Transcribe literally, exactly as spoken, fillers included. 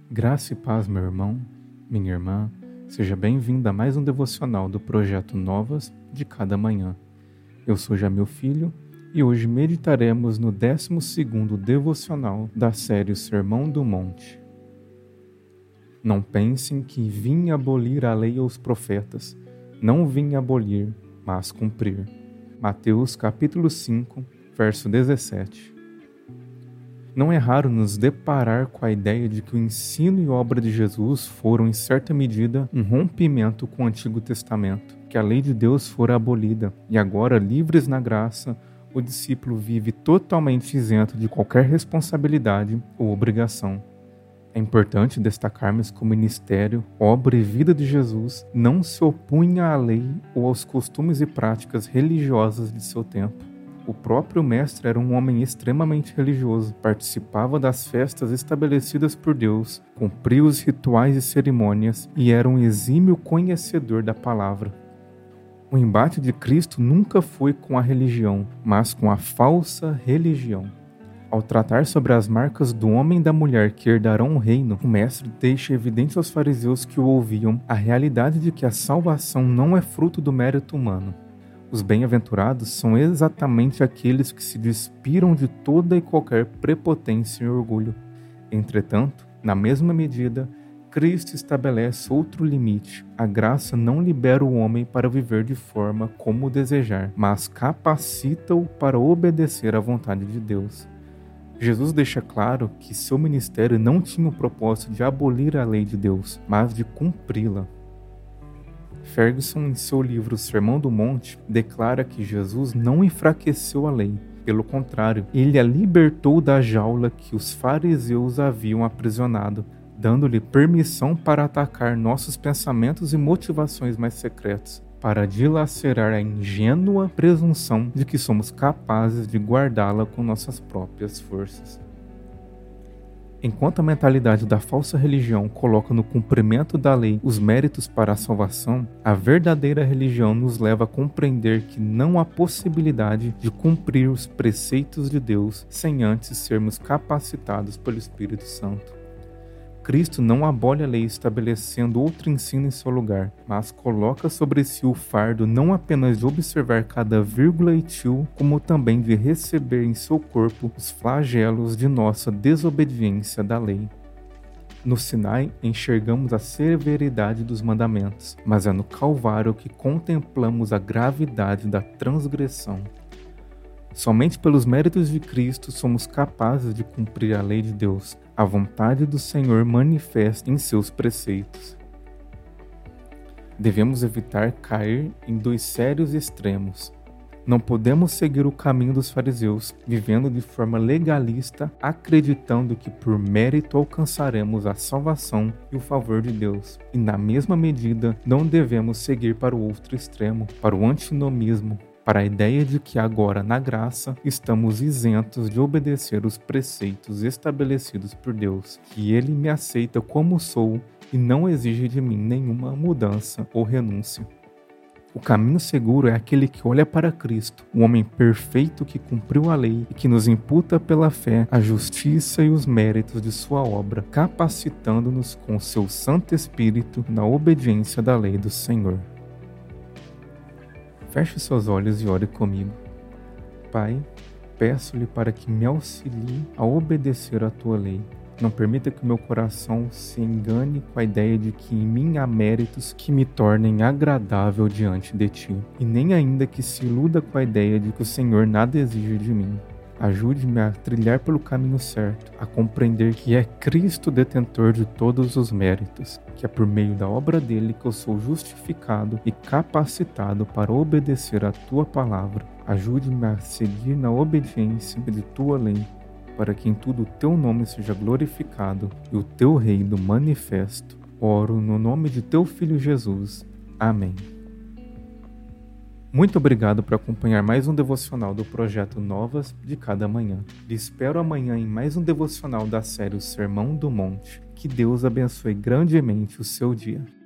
Graça e paz, meu irmão, minha irmã, seja bem-vindo a mais um devocional do projeto Novas de Cada Manhã. Eu sou Jamil Filho e hoje meditaremos no décimo segundo devocional da série Sermão do Monte. Não pensem que vim abolir a lei ou os profetas, não vim abolir, mas cumprir. Mateus capítulo cinco, verso dezessete. Não é raro nos deparar com a ideia de que o ensino e obra de Jesus foram, em certa medida, um rompimento com o Antigo Testamento, que a lei de Deus fora abolida, e agora, livres na graça, o discípulo vive totalmente isento de qualquer responsabilidade ou obrigação. É importante destacarmos que o ministério, obra e vida de Jesus não se opunha à lei ou aos costumes e práticas religiosas de seu tempo. O próprio mestre era um homem extremamente religioso, participava das festas estabelecidas por Deus, cumpria os rituais e cerimônias e era um exímio conhecedor da palavra. O embate de Cristo nunca foi com a religião, mas com a falsa religião. Ao tratar sobre as marcas do homem e da mulher que herdarão o reino, o mestre deixa evidente aos fariseus que o ouviam a realidade de que a salvação não é fruto do mérito humano. Os bem-aventurados são exatamente aqueles que se despiram de toda e qualquer prepotência e orgulho. Entretanto, na mesma medida, Cristo estabelece outro limite. A graça não libera o homem para viver de forma como desejar, mas capacita-o para obedecer à vontade de Deus. Jesus deixa claro que seu ministério não tinha o propósito de abolir a lei de Deus, mas de cumpri-la. Ferguson, em seu livro Sermão do Monte, declara que Jesus não enfraqueceu a lei. Pelo contrário, ele a libertou da jaula que os fariseus haviam aprisionado, dando-lhe permissão para atacar nossos pensamentos e motivações mais secretos, para dilacerar a ingênua presunção de que somos capazes de guardá-la com nossas próprias forças. Enquanto a mentalidade da falsa religião coloca no cumprimento da lei os méritos para a salvação, a verdadeira religião nos leva a compreender que não há possibilidade de cumprir os preceitos de Deus sem antes sermos capacitados pelo Espírito Santo. Cristo não abole a lei estabelecendo outro ensino em seu lugar, mas coloca sobre si o fardo não apenas de observar cada vírgula e tio, como também de receber em seu corpo os flagelos de nossa desobediência da lei. No Sinai, enxergamos a severidade dos mandamentos, mas é no Calvário que contemplamos a gravidade da transgressão. Somente pelos méritos de Cristo somos capazes de cumprir a lei de Deus, a vontade do Senhor manifesta em seus preceitos. Devemos evitar cair em dois sérios extremos. Não podemos seguir o caminho dos fariseus, vivendo de forma legalista, acreditando que por mérito alcançaremos a salvação e o favor de Deus. E na mesma medida, não devemos seguir para o outro extremo, para o antinomismo, para a ideia de que agora, na graça, estamos isentos de obedecer os preceitos estabelecidos por Deus, que Ele me aceita como sou e não exige de mim nenhuma mudança ou renúncia. O caminho seguro é aquele que olha para Cristo, o homem perfeito que cumpriu a lei e que nos imputa pela fé a justiça e os méritos de sua obra, capacitando-nos com seu Santo Espírito na obediência da lei do Senhor. Feche seus olhos e ore comigo. Pai, peço-lhe para que me auxilie a obedecer a tua lei. Não permita que meu coração se engane com a ideia de que em mim há méritos que me tornem agradável diante de ti, e nem ainda que se iluda com a ideia de que o Senhor nada exige de mim. Ajude-me a trilhar pelo caminho certo, a compreender que é Cristo detentor de todos os méritos, que é por meio da obra dele que eu sou justificado e capacitado para obedecer a tua palavra. Ajude-me a seguir na obediência de tua lei, para que em tudo o teu nome seja glorificado e o teu reino manifesto. Oro no nome de teu Filho Jesus. Amém. Muito obrigado por acompanhar mais um devocional do projeto Novas de Cada Manhã. Lhe espero amanhã em mais um devocional da série O Sermão do Monte. Que Deus abençoe grandemente o seu dia.